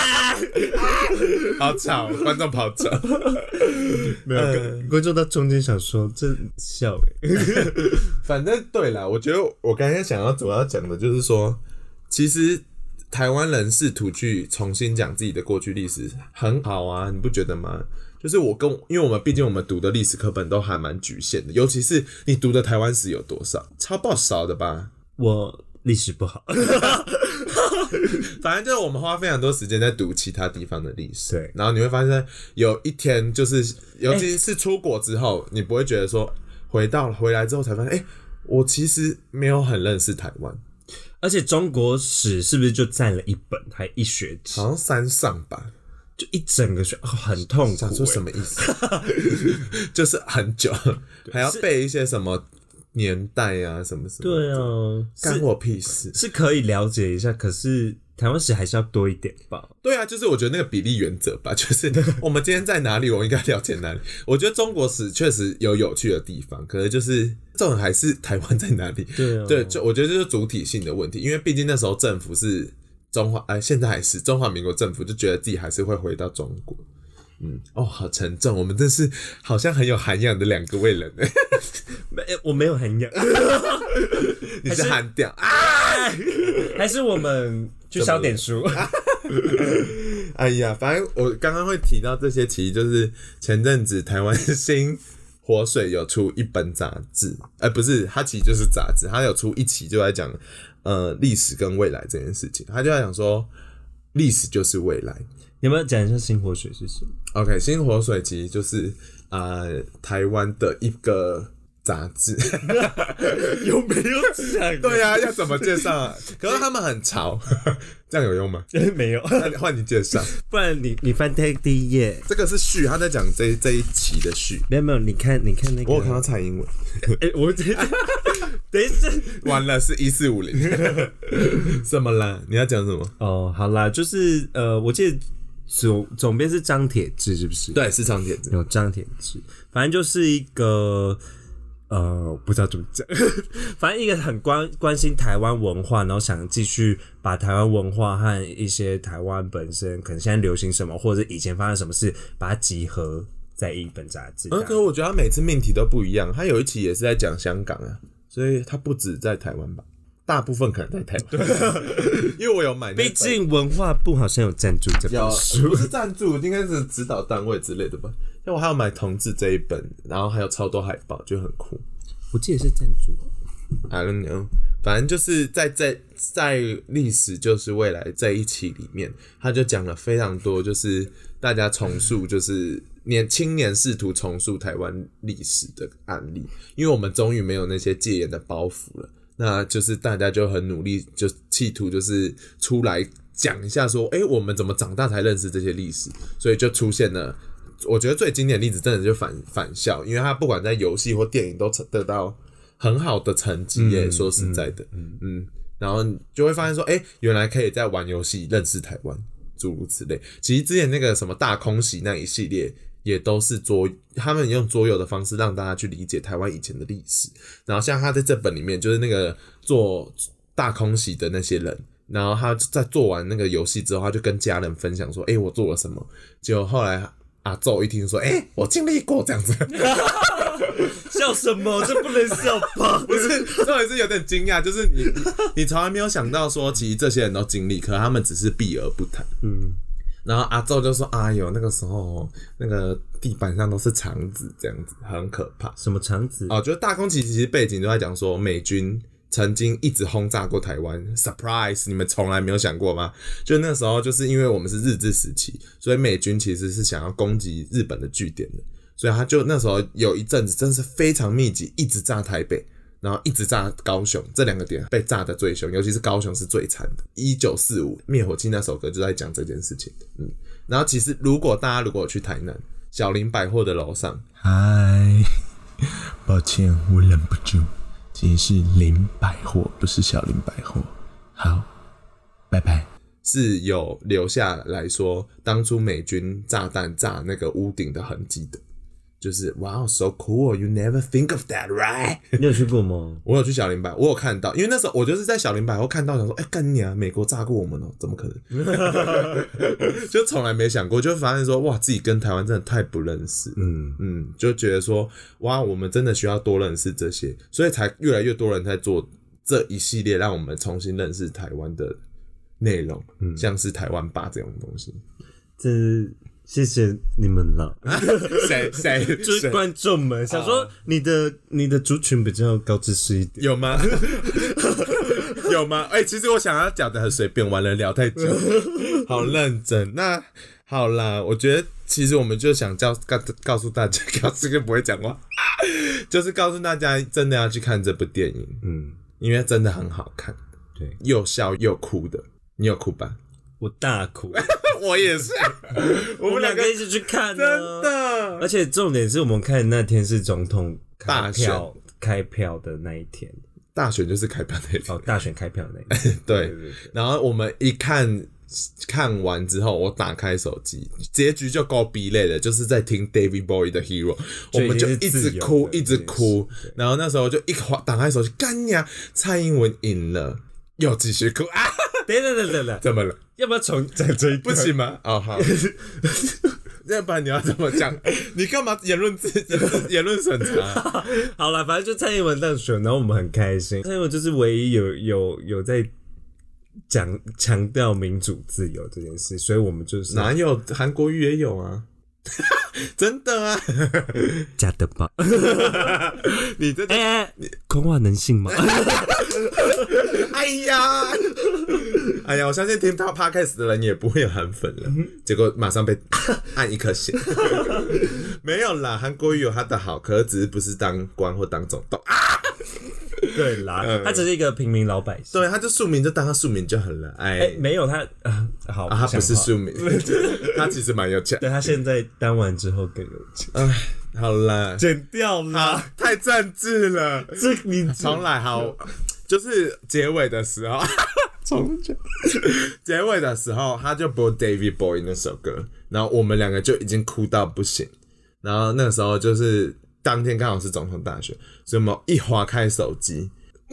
好吵，观众跑走。 没有，观众到中间想说这笑反正对啦，我觉得我刚才主要讲的就是说，其实台湾人试图去重新讲自己的过去历史很好啊，你不觉得吗？就是因为我们毕竟我们读的历史课本都还蛮局限的，尤其是你读的台湾史有多少，超爆少的吧？ 我历史不好， 反正就是我们花非常多时间在读其他地方的历史， 对， 然后你会发现有一天就是，尤其是出国之后，你不会觉得说回来之后才发现，我其实没有很认识台湾， 而且中国史是不是就占了一本还一学期？ 好像3上吧。 就一整个很痛苦， 想说什么意思？就是很久，还要背一些什么年代啊，什么什么。 对啊， 干我屁事。 是可以了解一下，可是台湾史还是要多一点吧。 对啊，就是我觉得那个比例原则吧，就是我们今天在哪里，我应该了解哪里。我觉得中国史确实有趣的地方，可是就是这种还是台湾在哪里？ 对啊， 对，就我觉得就是主体性的问题，因为毕竟那时候政府是。现在还是中华民国政府就觉得自己还是会回到中国，好沉重，我们真是好像很有涵养的2个伟人我没有涵养， 你是涵掉啊？ 还是我们去烧点书？ 哎呀，反正我刚刚会提到这些，其实就是前阵子台湾新活水有出一本杂志，不是，它其实就是杂志，它有出一期就在讲历史跟未来这件事情，他就在讲说历史就是未来。 你有没有讲一下新活水是什么 ？OK， 新活水其实就是台湾的一个杂志。 有没有讲？ 对啊，要怎么介绍啊？可是他们很潮，这样有用吗？ 没有， 那换你介绍， 不然你翻第一页，这个是序，他在讲这一期的序。 没有，你看那个， 我有看到蔡英文。 我等一下， 完了是1450，什么啦？你要讲什么？ 哦，好啦，就是我记得总编是张铁志，是不是？ 对，是张铁志， 有张铁志，反正就是一个不知道怎么讲，反正一个很关心台湾文化，然后想继续把台湾文化和一些台湾本身可能现在流行什么，或者以前发生什么事，把它集合在一本杂志。 可是我觉得他每次命题都不一样，他有一期也是在讲香港啊。所以它不止在台湾吧，大部分可能在台湾。因为我有买那本， 毕竟文化部好像有赞助这本书， 不是赞助，应该是指导单位之类的吧。因为我还有买同志这一本，然后还有超多海报，就很酷。 我记得是赞助 ，I don't know， 反正就是在历史就是未来这一期里面，他就讲了非常多，就是大家重述，就是青年试图重述台湾历史的案例，因为我们终于没有那些戒严的包袱了，那就是大家就很努力，就企图就是出来讲一下说，我们怎么长大才认识这些历史，所以就出现了。我觉得最经典的例子真的就返校，因为他不管在游戏或电影都得到很好的成绩耶，说实在的，然后你就会发现说，原来可以在玩游戏认识台湾，诸如此类。其实之前那个什么大空袭那一系列也都是他们用桌游的方式让大家去理解台湾以前的历史。然后像他在这本里面，就是那个做大空袭的那些人，然后他在做完那个游戏之后，他就跟家人分享说，我做了什么。结果后来阿宙一听说，我经历过这样子。 笑什么？这不能笑吧？ 不是，重点是有点惊讶，就是你从来没有想到说，其实这些人都经历，可他们只是避而不谈。然后阿宙就说：“哎呦，那个时候那个地板上都是肠子，这样子很可怕。” 什么肠子？ 就是大空袭其实背景都在讲说，美军曾经一直轰炸过台湾 ，surprise！ 你们从来没有想过吗？就那时候，就是因为我们是日治时期，所以美军其实是想要攻击日本的据点的，所以他就那时候有一阵子真的是非常密集，一直炸台北。然后一直炸高雄，这2个点被炸的最凶，尤其是高雄是最惨的。1945灭火器那首歌就在讲这件事情。然后其实大家如果有去台南小林百货的楼上， 嗨，抱歉我忍不住，其实是林百货，不是小林百货。好，拜拜。 是有留下来说当初美军炸弹炸那个屋顶的痕迹的。 就是哇 so cool you never think of that right 你有去过吗？ 我有去小林百，我有看到，因为那时候我就是在小林百货看到，想说干你啊，美国炸过我们哦，怎么可能就从来没想过，就发现说哇自己跟台湾真的太不认识，就觉得说哇我们真的需要多认识这些，所以才越来越多人在做这一系列让我们重新认识台湾的内容，像是台湾吧这种东西。 这谢谢你们了， 谁就是观众们想说你的族群比较高知识一点， 有吗？有吗？其实我想要讲的很随便，完了聊太久，好认真。那好啦，我觉得其实我们就想告诉大家，这个不会讲话，就是告诉大家真的要去看这部电影，因为真的很好看， 对， 又笑又哭的。你有哭吧？ 我大哭， 我也是， 我们两个一起去看， 真的。 而且重点是我们看的那天是总统开票的那一天， 大选就是开票那一天， 大选开票的那一天， 对。然后我们一看完之后，我打开手机，结局就够逼泪了，就是在听 David Bowie 的 Hero， 我们就一直哭，一直哭。然后那时候就打开手机，干呀，蔡英文赢了，又继续哭啊！ 等， 怎么了？ 要不要重讲这一段？ 不行吗？哦，好。要不然你要怎么讲？你干嘛言论审查？ 好啦，反正就蔡英文当选，然后我们很开心。蔡英文就是唯一有在强调民主自由这件事，所以我们就是哪有韩国瑜也有啊。真的啊， 假的吧？ 你这空话能信吗？ 哎呀，我相信听他 podcast 的人也不会有韩粉了，结果马上被按一颗星。没有啦，韩国瑜有他的好，可是只是不是当官或当总统啊。 对啦，他只是一个平民老百姓。 对，他就庶民，就当他庶民就好了。 没有他好他不是庶民，他其实蛮有钱。 对，他现在当完之后更有钱。 好啦， 剪掉啦， 太政治了。 这你重来好，就是结尾的时候，结尾的时候他就播 David Bowie 那首歌，然后我们两个就已经哭到不行。然后那个时候就是当天刚好是总统大选，所以我们一滑开手机，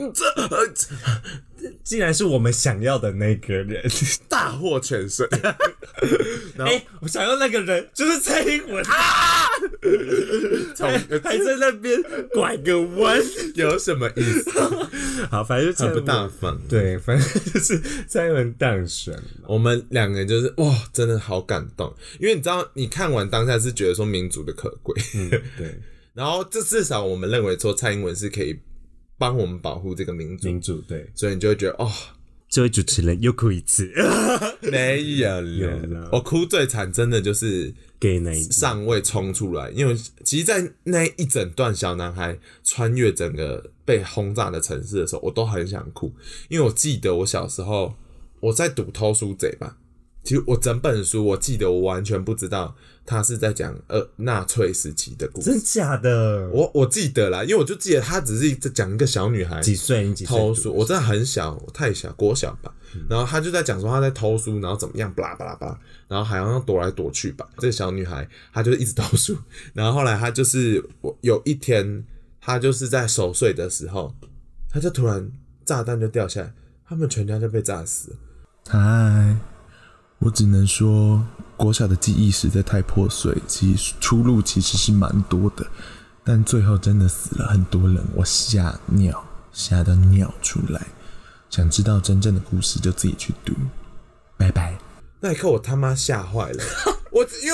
竟然是我们想要的那个人， 大获全胜。 我想要那个人就是蔡英文啊，还在那边拐个弯， 有什么意思？ 好，反正就很不大方。 对，反正就是蔡英文当选， 我们两个人就是哇，真的好感动，因为你知道，你看完当下是觉得说民主的可贵， 对。 然后这至少我们认为说蔡英文是可以帮我们保护这个民主， 对， 所以你就会觉得这位主持人又哭一次。 没有了，我哭最惨真的就是给那一上尉冲出来，因为其实在那一整段小男孩穿越整个被轰炸的城市的时候，我都很想哭，因为我记得我小时候我在读偷书贼吧，其实我整本书我记得我完全不知道他是在讲纳粹时期的故事。 真假的？ 我记得啦，因为我就记得他只是在讲一个小女孩几岁偷书，我真的很小，我太小，国小吧。然后他就在讲说他在偷书，然后怎么样，巴拉巴拉巴拉，然后好像躲来躲去吧。这个小女孩她就一直偷书，然后后来她就是有一天她就是在守岁的时候，她就突然炸弹就掉下来，他们全家就被炸死了。 嗨，我只能说国小的记忆实在太破碎，其实出路其实是蛮多的，但最后真的死了很多人，我吓到尿出来。想知道真正的故事就自己去读，拜拜。 那一刻我他妈吓坏了，我因为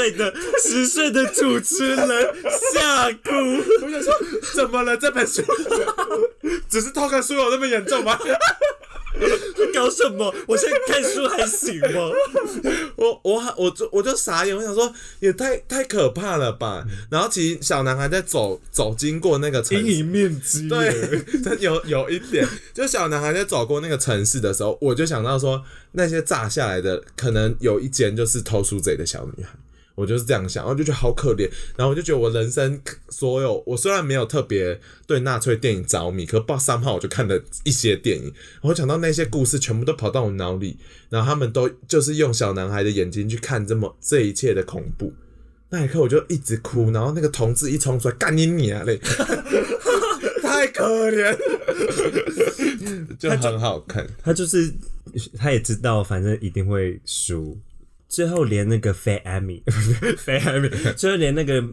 10岁的主持人吓哭， 我想说怎么了？这本书只是偷看书有那么严重吗？ 搞什么？我现在看书还行吗？ 我就傻眼，我想说也太可怕了吧。然后其实小男孩在走经过那个城市， 阴影面积， 对，有一点，就小男孩在走过那个城市的时候，我就想到说那些炸下来的可能有一间就是偷书贼的小女孩。我就是这样想，然后就觉得好可怜，然后我就觉得我人生所有，我虽然没有特别对纳粹电影着迷，可不知道3号我就看了一些电影，我想到那些故事全部都跑到我脑里，然后他们都就是用小男孩的眼睛去看这一切的恐怖， 那一刻我就一直哭，然后那个同志一冲出来，干你娘嘞，太可怜，就很好看。 他也知道，反正一定会输。最后连那个 Fat Amy， 最后连那个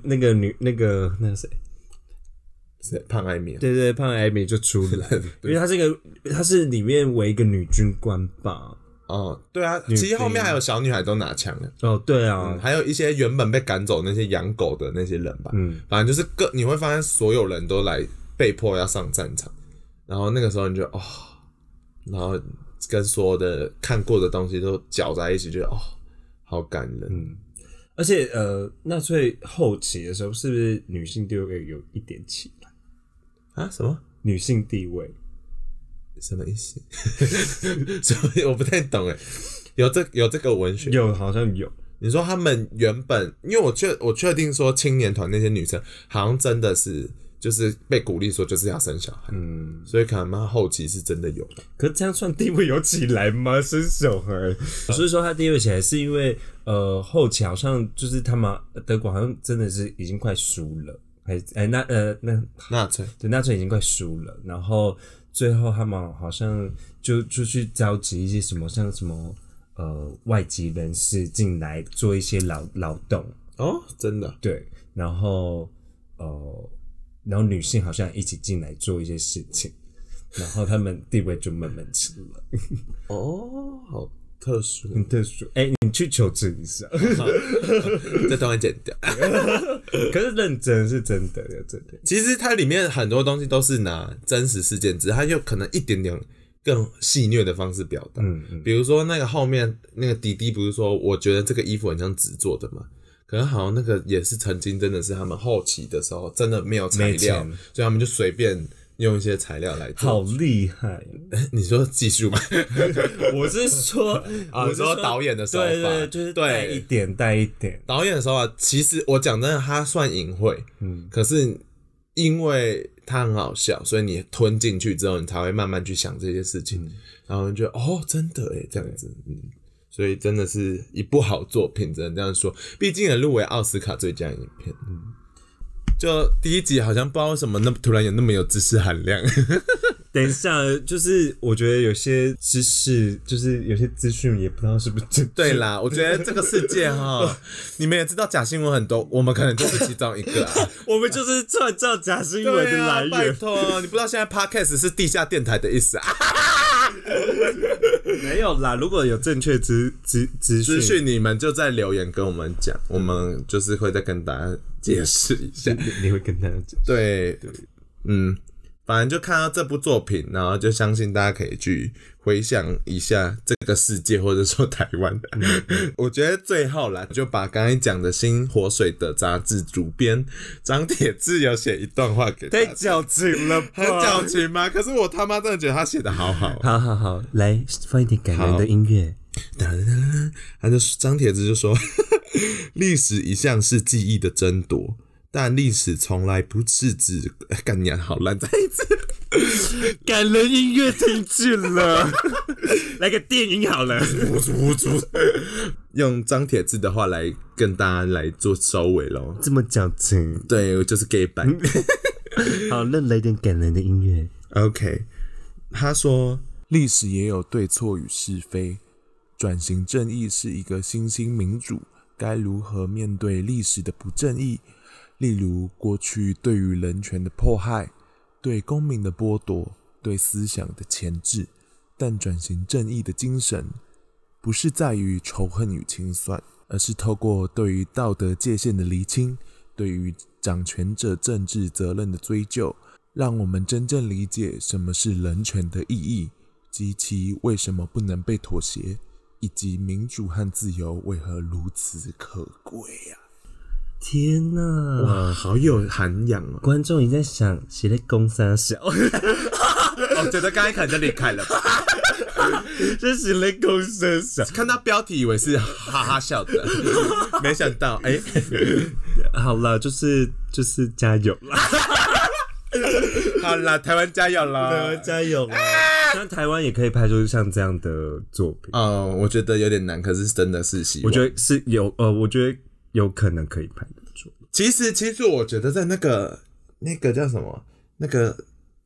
谁， 胖艾米， 对，胖艾米就出来，因为他是里面唯一一个女军官吧。 哦，对啊，其实后面还有小女孩都拿枪了。 哦，对啊， 还有一些原本被赶走那些养狗的那些人吧。反正就是你会发现所有人都来被迫要上战场，然后那个时候你就然后跟所有的看过的东西都搅在一起，觉得好感人。 而且纳粹后期的时候，是不是女性地位有一点起来啊？什么女性地位？ 什么意思？我不太懂哎。有这个文学？ 有，好像有。 你说他们原本，因为我确定说青年团那些女生好像真的是就是被鼓励说就是要生小孩，所以可能他后期是真的有的。 可是这样算地位有起来吗？生小孩？所以说他地位起来是因为后期好像就是他们德国好像真的是已经快输了， 纳粹对纳粹已经快输了，然后最后他们好像就去召集一些什么像什么外籍人士进来做一些劳动真的对，然后女性好像一起进来做一些事情，然后他们地位就慢慢起来。 好特殊， 很特殊。你去求证一下， 这段会剪掉。 可是认真是真的，真的。 其实它里面很多东西都是拿真实事件，只是它有可能一点点更戏谑的方式表达。比如说那个后面那个弟弟不是说，我觉得这个衣服很像纸做的嘛？可能好像那个也是曾经真的是他们后期的时候真的没有材料，所以他们就随便用一些材料来做。 好厉害！ 你说技术吗？ 我是说你说导演的手法， 对，就是带一点。 导演的手法其实我讲真的，他算隐晦，可是因为他很好笑，所以你吞进去之后，你才会慢慢去想这些事情，然后你就觉得真的耶这样子，所以真的是一部好作品，只能这样说。毕竟也入围奥斯卡最佳影片。就第一集好像不知道为什么突然有那么有知识含量。 等一下，就是我觉得有些知识，就是有些资讯也不知道是不是正确。 对啦，我觉得这个世界你们也知道假新闻很多，我们可能就是其中一个啊。 我们就是创造假新闻的来源。 拜托，你不知道现在 Podcast 是地下电台的意思啊？ 没有啦，如果有正确资讯， 你们就在留言跟我们讲，我们就是会再跟大家解释一下。 你会跟大家讲？ 对，反正就看到这部作品，然后就相信大家可以去回想一下这个世界，或者说台湾的。我觉得最后啦，就把刚才讲的新活水的杂志主编张铁志有写一段话给大家。 太矫情了吧？ 很矫情吗？可是我他妈真的觉得他写的好好。 好，来放一点感人的音乐。 他就张铁志就说，历史一向是记忆的争夺。但历史从来不是指干娘好烂，再一次感人音乐停止了，来个电影好了。 用张铁志的话来跟大家来做收尾咯。 这么矫情？ 对，我就是 gay 版。 好，那来点感人的音乐。 OK， 他说历史也有对错与是非，转型正义是一个新兴民主，该如何面对历史的不正义？例如过去对于人权的迫害，对公民的剥夺，对思想的钳制，但转型正义的精神不是在于仇恨与清算，而是透过对于道德界限的厘清，对于掌权者政治责任的追究，让我们真正理解什么是人权的意义，及其为什么不能被妥协，以及民主和自由为何如此可贵啊！ 天哪， 哇，好有涵养哦！ 观众已经在想谁在攻三小， 我觉得刚才可能就离开了吧。 这谁在攻三小？ 看到标题以为是哈哈笑的，没想到好啦，就是加油啦！ 好啦，台湾加油啦！ 台湾加油啦！那台湾也可以拍出像这样的作品。 我觉得有点难，可是真的是希望。 我觉得是有我觉得有可能可以拍得出。 其实我觉得在那个叫什么，那个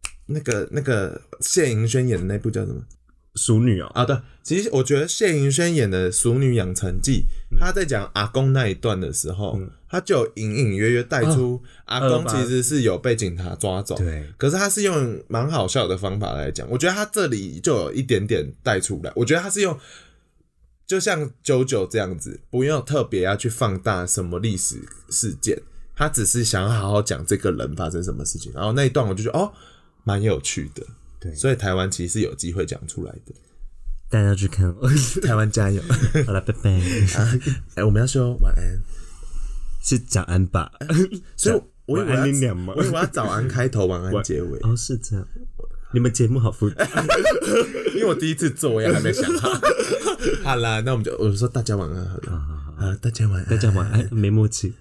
谢盈萱演的那部叫什么？ 熟女哦。 啊，对，其实我觉得谢盈萱演的《熟女养成记》，她在讲阿公那一段的时候，她就有隐隐约约带出阿公其实是有被警察抓走， 对， 可是他是用蛮好笑的方法来讲，我觉得他这里就有一点点带出来，我觉得他是用。就像99这样子，不用特别要去放大什么历史事件，他只是想要好好讲这个人发生什么事情。然后那一段我就觉得蛮有趣的。 对， 所以台湾其实是有机会讲出来的。 大家去看， 台湾加油！ 好了，拜拜。 我们要说晚安， 是早安吧？ 所以我以为我要早安开头，晚安结尾。 哦，是这样。你们节目好复杂， 因为我第一次做，我也还没想好。好啦，那我说大家晚安好了。好，大家晚安， 大家晚安，没默契。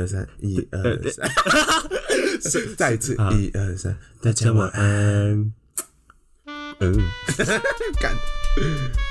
1、2、3，1、2、3，再一次1、2、3， 大家晚安。 干。